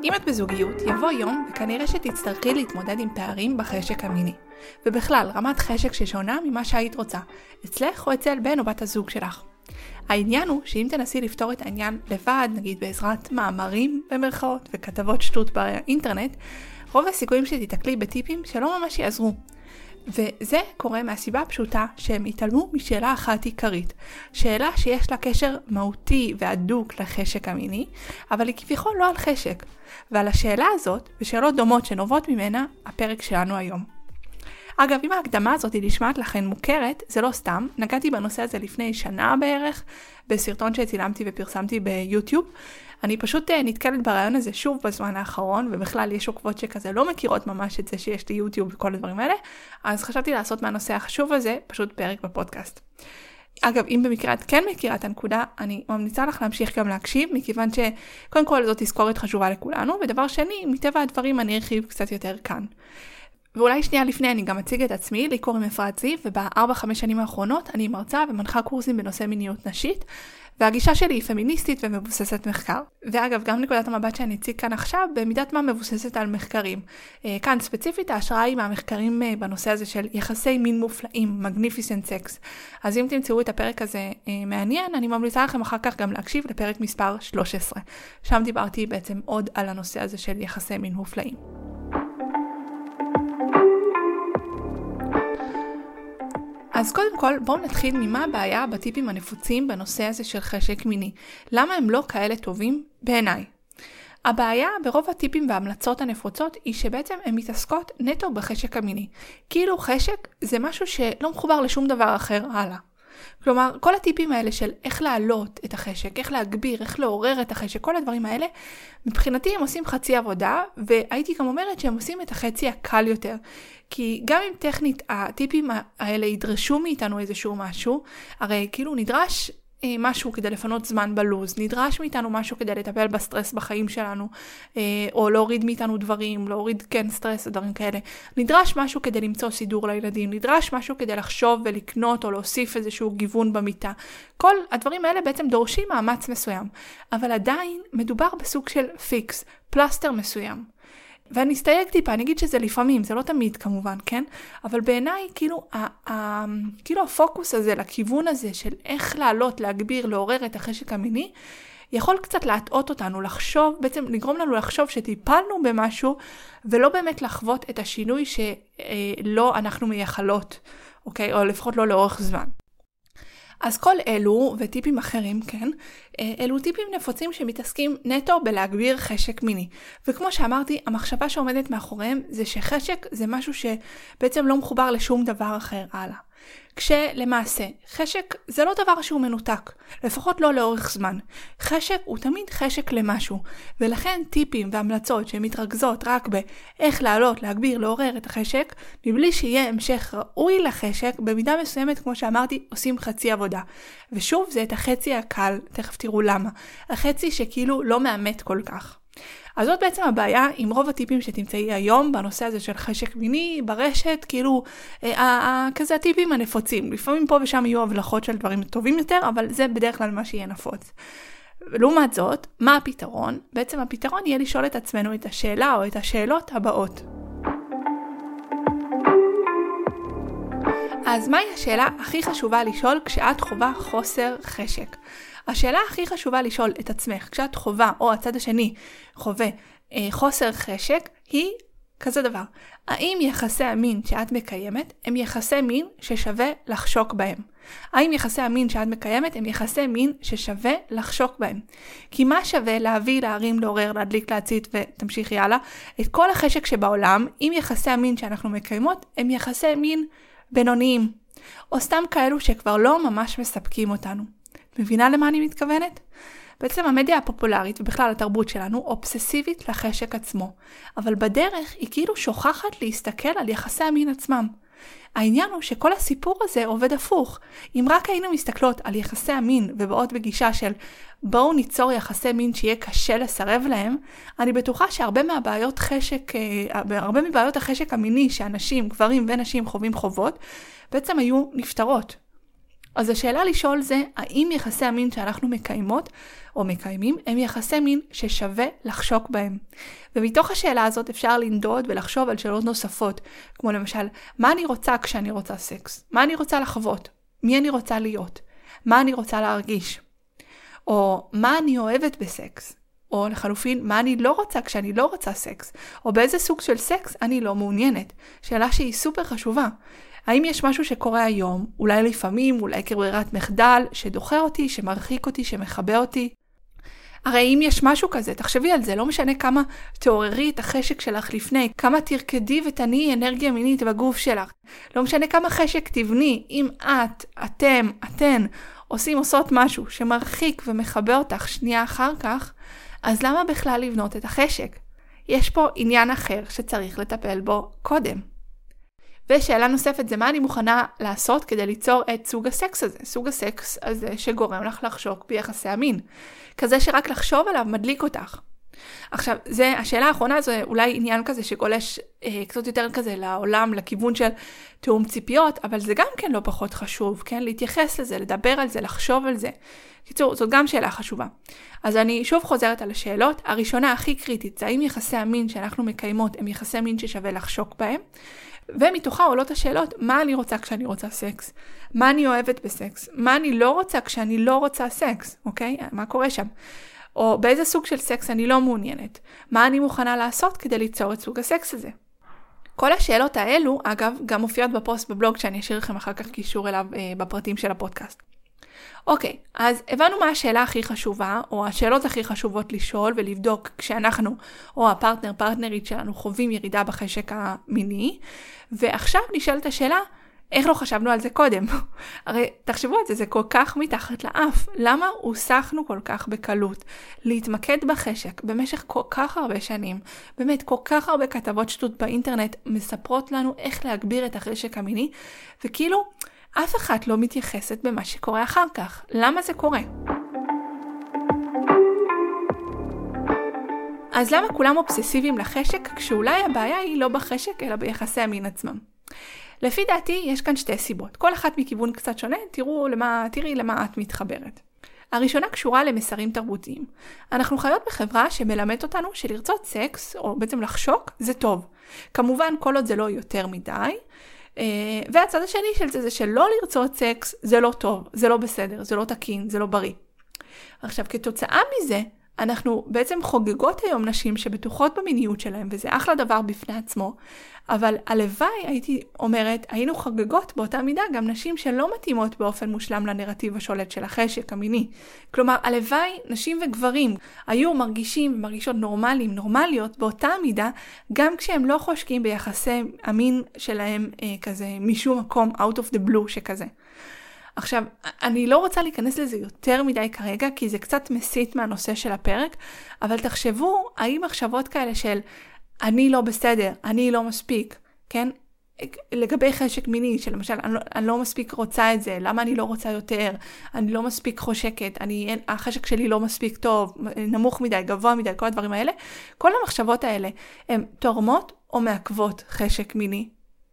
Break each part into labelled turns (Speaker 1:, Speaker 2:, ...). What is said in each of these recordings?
Speaker 1: אם את בזוגיות, יבוא יום וכנראה שתצטרכי להתמודד עם פערים בחשק המיני. ובכלל, רמת חשק ששונה ממה שהיית רוצה, אצלך או אצל בן או בת הזוג שלך. העניין הוא שאם תנסי לפתור את העניין לבד, נגיד בעזרת מאמרים במרכאות וכתבות שטות באינטרנט, רוב הסיכויים שתתקלי בטיפים שלא ממש יעזרו. וזה קורה מהסיבה הפשוטה שהם התעלמו משאלה אחת עיקרית. שאלה שיש לה קשר מהותי והדוק לחשק המיני, אבל היא כביכול לא על חשק. ועל השאלה הזאת, ושאלות דומות שנובעות ממנה, הפרק שלנו היום. אגב, אם ההקדמה הזאת היא נשמעת לכן מוכרת, זה לא סתם. נגעתי בנושא הזה לפני שנה בערך, בסרטון שצילמתי ופרסמתי ביוטיוב. אני פשוט נתקלת ברעיון הזה שוב בזמן האחרון, ובכלל יש עוקבות שכזה לא מכירות ממש את זה שיש לי יוטיוב וכל הדברים האלה, אז חשבתי לעשות מהנושא החשוב הזה פשוט פרק בפודקאסט. אגב, אם במקרה את כן מכירה את הנקודה, אני ממליצה לך להמשיך גם להקשיב, מכיוון שקודם כל זאת תזכורת חשובה לכולנו, ודבר שני, מטבע הדברים אני ארחיב קצת יותר כאן. ואולי שנייה לפני אני גם אציג את עצמי, לי קוראים אפרת זיו, וב4-5 שנים האחרונות אני מרצה ומנחה קורסים בנושא מיניות נשית, והגישה שלי היא פמיניסטית ומבוססת מחקר. ואגב, גם נקודת המבט שאני אציג כאן עכשיו, במידת מה מבוססת על מחקרים. כאן ספציפית ההשראה היא מהמחקרים בנושא הזה של יחסי מין מופלאים, magnificent sex. אז אם תמצאו את הפרק הזה מעניין, אני ממליצה לכם אחר כך גם להקשיב לפרק מספר 13. שם דיברתי בעצם עוד על הנושא הזה של יחסי מין מופלאים. אז קודם כל, בואו נתחיל ממה הבעיה בטיפים הנפוצים בנושא הזה של חשק מיני. למה הם לא כאלה טובים? בעיניי. הבעיה ברוב הטיפים וההמלצות הנפוצות היא שבעצם הן מתעסקות נטו בחשק המיני. כאילו חשק זה משהו שלא מחובר לשום דבר אחר הלאה. כלומר, כל הטיפים האלה של איך להעלות את החשק, איך להגביר, איך לעורר את החשק, כל הדברים האלה, מבחינתי הם עושים חצי עבודה, והייתי גם אומרת שהם עושים את החצי הקל יותר. כי גם אם טכנית הטיפים האלה ידרשו מאיתנו איזשהו משהו, הרי כאילו נדרש משהו כדי לפנות זמן בלוז, נדרש מאיתנו משהו כדי לטפל בסטרס בחיים שלנו, או להוריד מאיתנו דברים, להוריד כן סטרס, דברים כאלה. נדרש משהו כדי למצוא סידור לילדים, נדרש משהו כדי לחשוב ולקנות או להוסיף איזשהו גיוון במיטה. כל הדברים האלה בעצם דורשים מאמץ מסוים, אבל עדיין מדובר בסוג של פיקס, פלסטר מסוים. ואני אסתייג טיפה, אני אגיד שזה לפעמים, זה לא תמיד כמובן, כן? אבל בעיניי, כאילו הפוקוס הזה, לכיוון הזה של איך לעלות, להגביר, לעורר את החשק המיני, יכול קצת להטעות אותנו, לחשוב, בעצם לגרום לנו לחשוב שטיפלנו במשהו, ולא באמת לחוות את השינוי שלא אנחנו מייחלות, אוקיי? או לפחות לא לאורך זמן. אז כל אלו וטיפים אחרים, כן, אלו טיפים נפוצים שמתעסקים נטו בלהגביר חשק מיני. וכמו שאמרתי, המחשבה שעומדת מאחוריהם זה שחשק זה משהו שבעצם לא מחובר לשום דבר אחר הלאה. כשלמעשה, חשק זה לא דבר שהוא מנותק, לפחות לא לאורך זמן. חשק הוא תמיד חשק למשהו, ולכן טיפים והמלצות שמתרכזות רק באיך לעלות, להגביר, לעורר את החשק, מבלי שיהיה המשך ראוי לחשק, במידה מסוימת, כמו שאמרתי, עושים חצי עבודה. ושוב, זה את החצי הקל, תכף תראו למה. החצי שכאילו לא מאמת כל כך. אז זאת בעצם הבעיה עם רוב הטיפים שתמצאי היום בנושא הזה של חשק מיני ברשת, כאילו כזה הטיפים הנפוצים. לפעמים פה ושם יהיו הבלחות של דברים טובים יותר, אבל זה בדרך כלל מה שיהיה נפוץ. לעומת זאת, מה הפתרון? בעצם הפתרון יהיה לשאול את עצמנו את השאלה או את השאלות הבאות. אז מהי השאלה הכי חשובה לשאול כשאת חווה חוסר חשק? השאלה הכי חשובה לשאול את עצמך כשאת חווה, או הצד השני חווה חוסר חשק, היא כזה דבר. האם יחסי המין שאת מקיימת הם יחסי מין ששווה לחשוק בהם? האם יחסי המין שאת מקיימת הם יחסי מין ששווה לחשוק בהם? כי מה שווה להביא, להרים, לעורר, להדליק, להצית ותמשיכי הלאה? את כל החשק שבעולם, אם יחסי המין שאנחנו מקיימות הם יחסי מין בינוניים, או סתם כאלו שכבר לא ממש מספקים אותנו. מבינה למה אני מתכוונת? בעצם המדיה הפופולרית ובכלל התרבות שלנו אובססיבית לחשק עצמו, אבל בדרך היא כאילו שוכחת להסתכל על יחסי המין עצמם. העניין הוא שכל הסיפור הזה עובד הפוך. אם רק היינו מסתכלות על יחסי המין ובאות בגישה של בואו ניצור יחסי מין שיהיה קשה לסרב להם, אני בטוחה שהרבה מבעיות החשק המיני שאנשים, גברים ונשים חווים חובות, בעצם היו נפתרות. אז השאלה לשאול זה, האם יחסי המין שאנחנו מקיימות או מקיימים, הם יחסי מין ששווה לחשוק בהם. ומתוך השאלה הזאת אפשר לנדוד ולחשוב על שאלות נוספות, כמו למשל, מה אני רוצה כשאני רוצה סקס? מה אני רוצה לחוות? מי אני רוצה להיות? מה אני רוצה להרגיש? או מה אני אוהבת בסקס? או לחלופין, מה אני לא רוצה כשאני לא רוצה סקס? או באיזה סוג של סקס אני לא מעוניינת? שאלה שהיא סופר חשובה. האם יש משהו שקורה היום, אולי לפעמים, אולי כברירת מחדל, שדוחה אותי, שמרחיק אותי, שמחבא אותי? הרי אם יש משהו כזה, תחשבי על זה, לא משנה כמה תעוררי את החשק שלך לפני, כמה תרקדי ותניעי אנרגיה מינית בגוף שלך. לא משנה כמה חשק תבני, אם אתן עושות משהו שמרחיק ומחבא אותך שנייה אחר כך, אז למה בכלל לבנות את החשק? יש פה עניין אחר שצריך לטפל בו קודם. ושאלה נוספת זה מה אני מוכנה לעשות כדי ליצור את סוג הסקס הזה, סוג הסקס הזה שגורם לך לחשוק ביחסי המין. כזה שרק לחשוב עליו מדליק אותך. עכשיו, השאלה האחרונה זה אולי עניין כזה שגולש קצת יותר כזה לעולם, לכיוון של תאום ציפיות, אבל זה גם כן לא פחות חשוב, כן? להתייחס לזה, לדבר על זה, לחשוב על זה. קיצור, זאת גם שאלה חשובה. אז אני שוב חוזרת על השאלות. הראשונה הכי קריטית, זה האם יחסי המין שאנחנו מקיימות הם יחסי מין ששווה לחשוק בהם? ומתוכה עולות השאלות, מה אני רוצה כשאני רוצה סקס? מה אני אוהבת בסקס? מה אני לא רוצה כשאני לא רוצה סקס? אוקיי? מה קורה שם? או באיזה סוג של סקס אני לא מעוניינת? מה אני מוכנה לעשות כדי ליצור את סוג הסקס הזה? כל השאלות האלו, אגב, גם מופיעות בפוסט בבלוג שאני אשאיר לכם אחר כך קישור אליו בפרטים של הפודקאסט. אוקיי, אז הבנו מה השאלה הכי חשובה, או השאלות הכי חשובות לשאול ולבדוק כשאנחנו, או פרטנרית שלנו חווים ירידה בחשק המיני, ועכשיו נשאלת השאלה, איך לא חשבנו על זה קודם? הרי תחשבו על זה, זה כל כך מתחת לאף. למה הוסחנו כל כך בקלות להתמקד בחשק במשך כל כך הרבה שנים? באמת, כל כך הרבה כתבות שטות באינטרנט מספרות לנו איך להגביר את החשק המיני, וכאילו אף אחד לא מתייחסת במה שקורה אחר כך. למה זה קורה? אז למה כולם אובססיביים לחשק כשאולי הבעיה היא לא בחשק אלא ביחסי המין עצמם? לפי דעתי יש כאן שתי סיבות. כל אחת מכיוון קצת שונה, תראי למה את מתחברת. הראשונה קשורה למסרים תרבותיים. אנחנו חיות בחברה שמלמדת אותנו שלרצות סקס, או בעצם לחשוק, זה טוב. כמובן, כל עוד זה לא יותר מדי. והצד השני של זה שלא לרצות סקס, זה לא טוב, זה לא בסדר, זה לא תקין, זה לא בריא. עכשיו, כתוצאה מזה, אנחנו בעצם חוגגות היום נשים שבטוחות במיניות שלהם, וזה אחלה דבר בפני עצמו, אבל הלוואי, הייתי אומרת, היינו חוגגות באותה מידה גם נשים שלא מתאימות באופן מושלם לנרטיב השולט של החשק המיני. כלומר, הלוואי, נשים וגברים היו מרגישים ומרגישות נורמליות באותה מידה, גם כשהם לא חושקים ביחסי המין שלהם כזה משום מקום, out of the blue שכזה. עכשיו, אני לא רוצה להיכנס לזה יותר מדי כרגע, כי זה קצת מסית מהנושא של הפרק, אבל תחשבו, האם מחשבות כאלה של אני לא בסדר, אני לא מספיק, כן? לגבי חשק מיני, שלמשל, אני לא מספיק רוצה את זה, למה אני לא רוצה יותר, אני לא מספיק חושקת, החשק שלי לא מספיק טוב, נמוך מדי, גבוה מדי, כל הדברים האלה, כל המחשבות האלה, הן תורמות או מעכבות חשק מיני?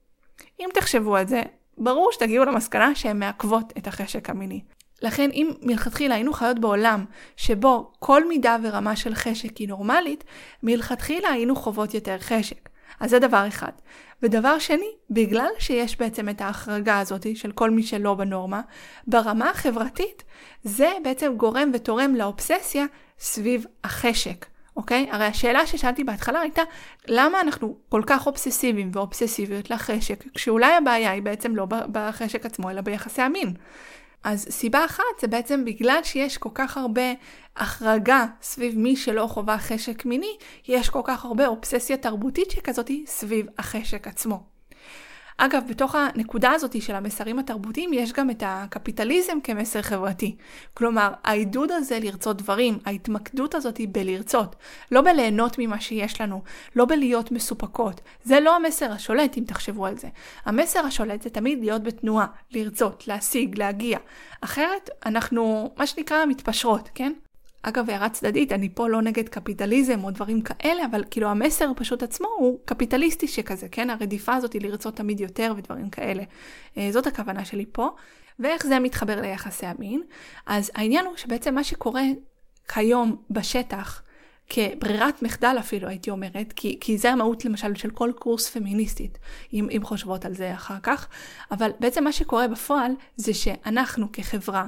Speaker 1: אם תחשבו על זה, ברור שתגיעו למסקנה שהן מעכבות את החשק המיני. לכן אם מלכתחילה היינו חיות בעולם שבו כל מידה ורמה של חשק היא נורמלית, מלכתחילה היינו חוות יותר חשק. אז זה דבר אחד. ודבר שני, בגלל שיש בעצם את ההחרגה הזאת של כל מי שלא בנורמה, ברמה החברתית זה בעצם גורם ותורם לאובססיה סביב החשק. אוקיי? הרי השאלה ששאלתי בהתחלה הייתה, למה אנחנו כל כך אובססיביים ואובססיביות לחשק, כשאולי הבעיה היא בעצם לא בחשק עצמו, אלא ביחסי המין. אז סיבה אחת זה בעצם בגלל שיש כל כך הרבה החרגה סביב מי שלא חובה חשק מיני, יש כל כך הרבה אובססיה תרבותית שכזאת סביב החשק עצמו. אגב, בתוך הנקודה הזאת של המסרים התרבותיים, יש גם את הקפיטליזם כמסר חברתי. כלומר, העידוד הזה לרצות דברים, ההתמקדות הזאת בלרצות, לא בליהנות ממה שיש לנו, לא בלהיות מסופקות. זה לא המסר השולט, אם תחשבו על זה. המסר השולט זה תמיד להיות בתנועה, לרצות, להשיג, להגיע. אחרת, אנחנו, מה שנקרא, מתפשרות, כן? אגב, הערה צדדית, אני פה לא נגד קפיטליזם או דברים כאלה, אבל כאילו המסר פשוט עצמו הוא קפיטליסטי שכזה, כן? הרדיפה הזאת היא לרצות תמיד יותר ודברים כאלה. זאת הכוונה שלי פה. ואיך זה מתחבר ליחסי המין? אז העניין הוא שבעצם מה שקורה כיום בשטח, כברירת מחדל אפילו הייתי אומרת, כי זה המהות למשל של כל קורס פמיניסטית, אם חושבות על זה אחר כך, אבל בעצם מה שקורה בפועל זה שאנחנו כחברה,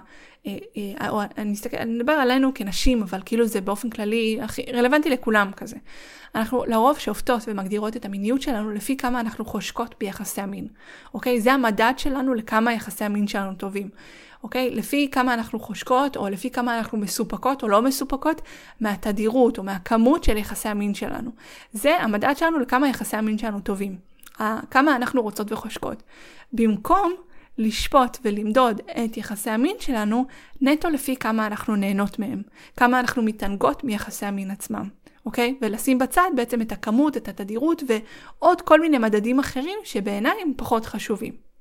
Speaker 1: אני מדבר עלינו כנשים, אבל כאילו זה באופן כללי רלוונטי לכולם כזה. אנחנו לרוב שופטות ומגדירות את המיניות שלנו לפי כמה אנחנו חושקות ביחסי המין. אוקיי? זה המדד שלנו לכמה יחסי המין שלנו טובים. אוקיי? לפי כמה אנחנו חושקות, או לפי כמה אנחנו מסופקות או לא מסופקות, מהתדירות או מהכמות של יחסי המין שלנו. זה המדד שלנו לכמה יחסי המין שלנו טובים. כמה אנחנו רוצות וחושקות. במקום לשפוט ולמדוד את יחסי המין שלנו, נטו לפי כמה אנחנו נהנות מהם. כמה אנחנו מתענגות מיחסי המין עצמם. אוקיי? ולשים בצד בעצם את הכמות, את התדירות ועוד כל מיני מדדים אחרים שבעיניי הם פחות חשובים.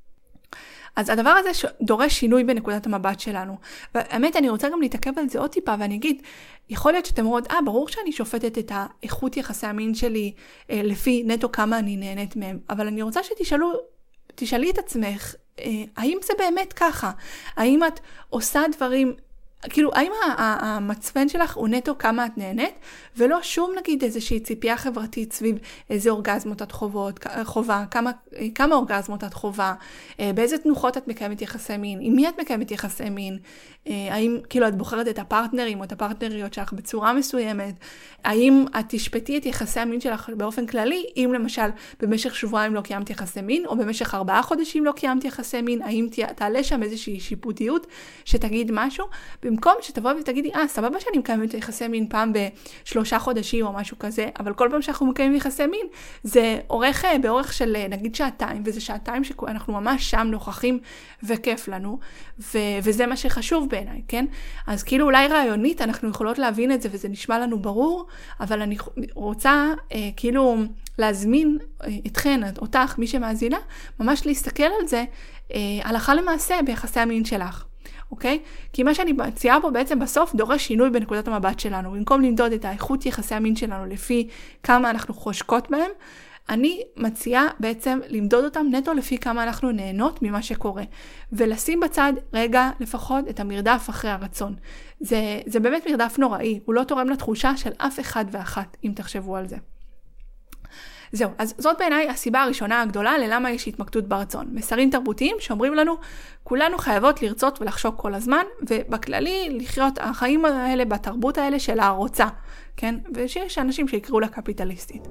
Speaker 1: אז הדבר הזה דורש שינוי בנקודת המבט שלנו. והאמת, אני רוצה גם להתעכב על זה עוד טיפה, ואני אגיד, יכול להיות שאתם אומרות, ברור שאני שופטת את האיכות יחסי המין שלי לפי נטו כמה אני נהנית מהם, אבל אני רוצה שתשאלי את עצמך, האם זה באמת ככה? האם את עושה דברים, כאילו, האם המצפן שלך הוא נטו כמה את נהנית, ולא שום נגיד איזושהי ציפייה חברתית סביב איזה אורגזמות את חובה, כמה אורגזמות את חובה, באיזה תנוחות את מקיימת יחסי מין, עם מי את מקיימת יחסי מין, האם כאילו את בוחרת את הפרטנרים או את הפרטנריות שלך בצורה מסוימת, האם את תשפטי את יחסי המין שלך באופן כללי, אם למשל במשך שבועיים לא קיימת יחסי מין, או במשך 4 חודשים לא קיימת יחסי מין, האם תעלה שם איזושהי שיפוטיות שתגיד משהו, במקום שתבוא ותגידי, סבבה שאני מקיימת יחסי מין פעם ב3 חודשים או משהו כזה, אבל כל פעם שאנחנו מקיימים יחסי מין, זה באורך של נגיד 2 שעתיים, וזה 2 שעתיים שאנחנו ממש שם נוכחים וכיף לנו, וזה מה שחשוב בעיניי, כן? אז כאילו אולי רעיונית אנחנו יכולות להבין את זה, וזה נשמע לנו ברור, אבל אני רוצה כאילו להזמין אתכן, אותך, מי שמאזינה, ממש להסתכל על זה, הלכה למעשה ביחסי המין שלך. אוקיי? כי מה שאני מציעה פה בעצם בסוף דורש שינוי בנקודת המבט שלנו. במקום למדוד את האיכות יחסי המין שלנו לפי כמה אנחנו חושקות בהם, אני מציעה בעצם למדוד אותם נטו לפי כמה אנחנו נהנות ממה שקורה. ולשים בצד רגע לפחות את המרדף אחרי הרצון. זה באמת מרדף נוראי. הוא לא תורם לתחושה של אף אחד ואחת, אם תחשבו על זה. זהו, אז זאת בעיניי הסיבה הראשונה הגדולה ללמה יש התמקדות ברצון. מסרים תרבותיים שאומרים לנו, כולנו חייבות לרצות ולחשוק כל הזמן, ובכללי לחיות החיים האלה בתרבות האלה של הרוצה, כן? ושיש אנשים שיקראו לה קפיטליסטית.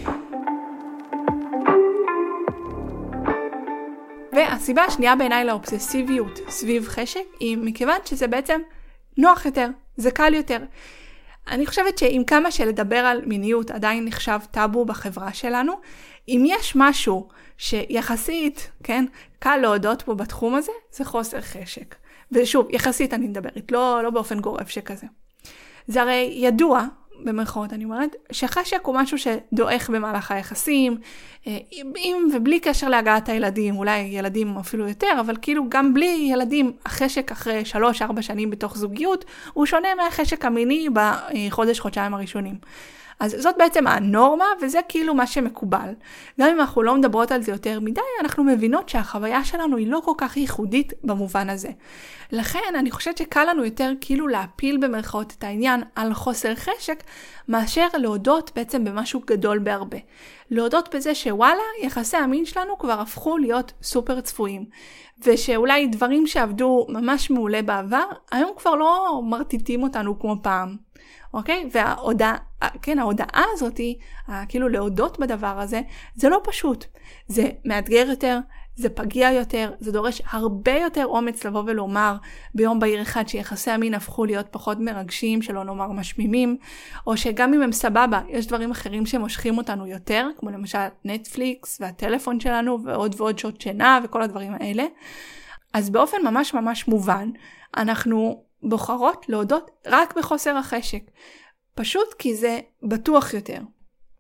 Speaker 1: והסיבה השנייה בעיניי לאובססיביות סביב חשק, היא מכיוון שזה בעצם נוח יותר, זה קל יותר. אני חושבת שעם כמה שלדבר על מיניות עדיין נחשב טאבו בחברה שלנו, אם יש משהו שיחסית, כן, קל להודות בו בתחום הזה, זה חוסר חשק. ושוב, יחסית אני מדברת, לא באופן גורף שכזה. זה הרי ידוע, במרכאות אני אומרת, שחשק הוא משהו שדועך במהלך היחסים, עם ובלי קשר להגעת הילדים, אולי ילדים אפילו יותר, אבל כאילו גם בלי ילדים, החשק אחרי 3-4 שנים בתוך זוגיות, הוא שונה מהחשק המיני בחודש-חודשיים הראשונים. אז זאת בעצם הנורמה, וזה כאילו מה שמקובל. גם אם אנחנו לא מדברות על זה יותר מדי, אנחנו מבינות שהחוויה שלנו היא לא כל כך ייחודית במובן הזה. לכן אני חושבת שקל לנו יותר כאילו להפיל במרכאות את העניין על חוסר חשק, מאשר להודות בעצם במשהו גדול בהרבה. להודות בזה שוואלה, יחסי המין שלנו כבר הפכו להיות סופר צפויים. ושאולי דברים שעבדו ממש מעולה בעבר, היום כבר לא מרטיטים אותנו כמו פעם. אוקיי? ההודעה הזאת, כאילו להודות בדבר הזה, זה לא פשוט. זה מאתגר יותר, זה פגיע יותר, זה דורש הרבה יותר אומץ לבוא ולומר ביום בהיר אחד שיחסי המין הפכו להיות פחות מרגשים, שלא נאמר משמימים, או שגם אם הם סבבה, יש דברים אחרים שמושכים אותנו יותר, כמו למשל נטפליקס והטלפון שלנו ועוד ועוד שעות שינה וכל הדברים האלה. אז באופן ממש ממש מובן, אנחנו בוחרות להודות רק בחוסר החשק. פשוט כי זה בטוח יותר.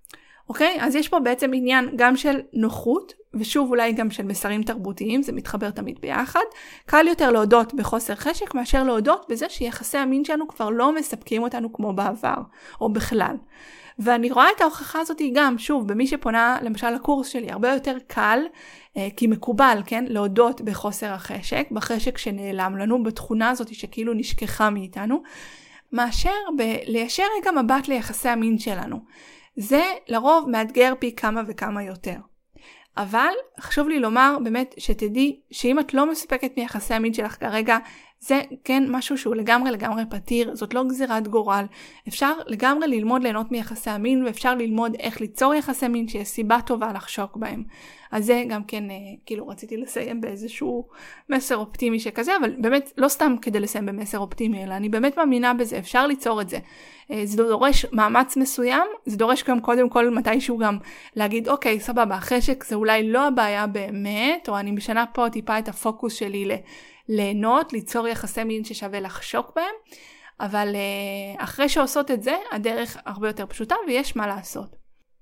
Speaker 1: אוקיי? אז יש פה בעצם עניין גם של נוחות, ושוב אולי גם של מסרים תרבותיים, זה מתחבר תמיד ביחד. קל יותר להודות בחוסר חשק, מאשר להודות בזה שיחסי המין שלנו כבר לא מספקים אותנו כמו בעבר, או בכלל. ואני רואה את ההוכחה הזאת גם, שוב, במי שפונה למשל לקורס שלי, הרבה יותר קל, כי מקובל, כן, להודות בחוסר החשק, בחשק שנעלם לנו, בתכונה הזאת שכאילו נשכחה מאיתנו, מאשר ליישר רגע מבט ליחסי המין שלנו. זה לרוב מאתגר פי כמה וכמה יותר. אבל חשוב לי לומר באמת שתדעי שאם את לא מספקת מיחסי המין שלך כרגע, זה כן משהו שהוא לגמרי פתיר, זאת לא גזירת גורל. אפשר לגמרי ללמוד ליהנות מיחסי המין, ואפשר ללמוד איך ליצור יחסי מין שיש סיבה טובה לחשוק בהם. אז זה גם כן, כאילו רציתי לסיים באיזשהו מסר אופטימי שכזה, אבל באמת לא סתם כדי לסיים במסר אופטימי, אלא אני באמת מאמינה בזה, אפשר ליצור את זה. זה דורש מאמץ מסוים, זה דורש גם קודם כל מתישהו גם להגיד, אוקיי, סבבה, החשק זה אולי לא הבעיה באמת, או אני משנה פה טיפה את הפוקוס שלי ליהנות, ליצור יחסי מין ששווה לחשוק בהם, אבל אחרי שעושות את זה, הדרך הרבה יותר פשוטה ויש מה לעשות.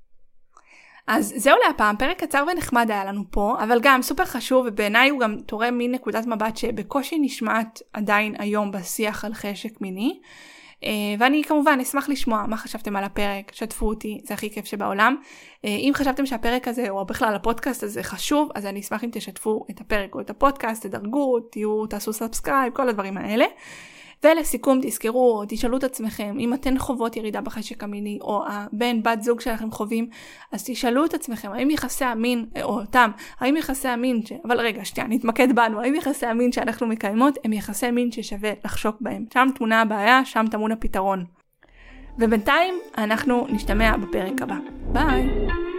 Speaker 1: אז זהו להפעם, פרק קצר ונחמד היה לנו פה, אבל גם סופר חשוב, ובעיניי הוא גם תורם מין נקודת מבט שבקושי נשמעת עדיין היום בשיח על חשק מיני, ואני כמובן אשמח לשמוע מה חשבתם על הפרק, שתפו אותי, זה הכי כיף שבעולם. אם חשבתם שהפרק הזה או בכלל הפודקאסט הזה חשוב, אז אני אשמח אם תשתפו את הפרק או את הפודקאסט, תדרגו, תעשו סאבסקרייב, כל הדברים האלה. ולסיכום תזכרו, תשאלו את עצמכם, אם אתן חוות ירידה בחשק המיני, או הבן, בת זוג שלכם חווים, אז תשאלו את עצמכם, האם יחסי המין, או אותם, האם יחסי המין, אבל רגע, נתמקד בנו, האם יחסי המין שאנחנו מקיימות, הם יחסי מין ששווה לחשוק בהם. שם תמונה הבעיה, שם טמון הפתרון. ובינתיים, אנחנו נשתמע בפרק הבא. ביי!